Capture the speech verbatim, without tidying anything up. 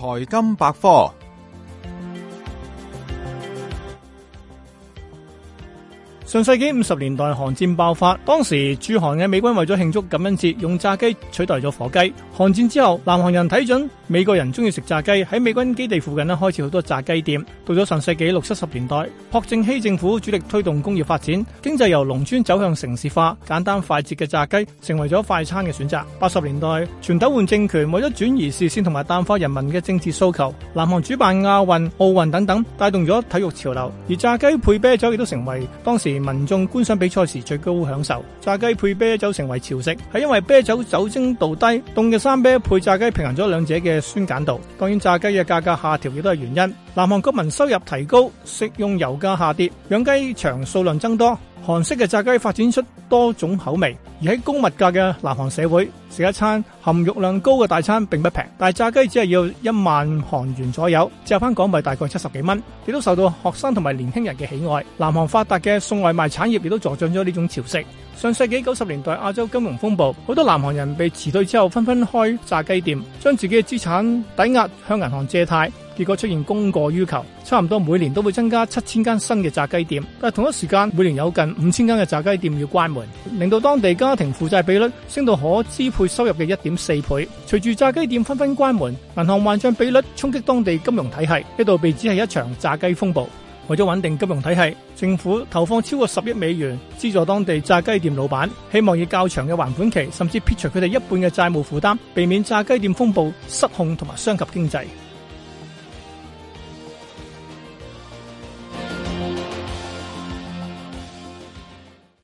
財金百科。 上世紀五十年代韓戰爆發，當時駐韓嘅美軍為咗慶祝感恩節，用炸雞取代咗火雞。韓戰之後，南韓人睇準美國人中意食炸雞，喺美軍基地附近咧開始好多炸雞店。到咗上世紀六七十年代，朴正熙政府主力推動工業發展，經濟由農村走向城市化，簡單快捷嘅炸雞成為咗快餐嘅選擇。八十年代，全斗煥政權為咗轉移視線同埋淡化人民嘅政治訴求，南韓主辦亞運、奧運等等，帶動咗體育潮流，而炸雞配啤酒亦都成為當時民眾觀賞比賽時最高享受。炸雞配啤酒成為潮食，係因為啤酒酒精度低，凍嘅生啤配炸雞平衡咗兩者嘅酸鹼度。當然炸雞嘅價格下調亦都係原因。南韓國民收入提高，食用油價下跌，養雞場數量增多，韓式嘅炸雞發展出多種口味。而喺高物價嘅南韓社會，食一餐含肉量高嘅大餐並不平，但係炸雞只係要一萬韓元左右，折翻港幣大概七十幾蚊，亦都受到學生同埋年輕人嘅喜愛。南韓發達嘅送外賣產業亦都助長咗呢種潮食。上世紀九十年代亞洲金融風暴，好多南韓人被辭退之後紛紛開炸雞店，將自己嘅資產抵押向銀行借貸，結果出現供過於求，差唔多每年都會增加七千間新嘅炸雞店，但係同一時間每年有近五千間嘅炸雞店要關門，令到當地家庭負債比率升到可支配收入嘅一點四倍。隨住炸雞店紛紛關門，銀行還賬比率衝擊當地金融體系，一度被指係一場炸雞風暴。為咗穩定金融體系，政府投放超過十億美元資助當地炸雞店老闆，希望以較長嘅還款期，甚至撇除佢哋一半嘅債務負擔，避免炸雞店風暴失控同埋傷及經濟。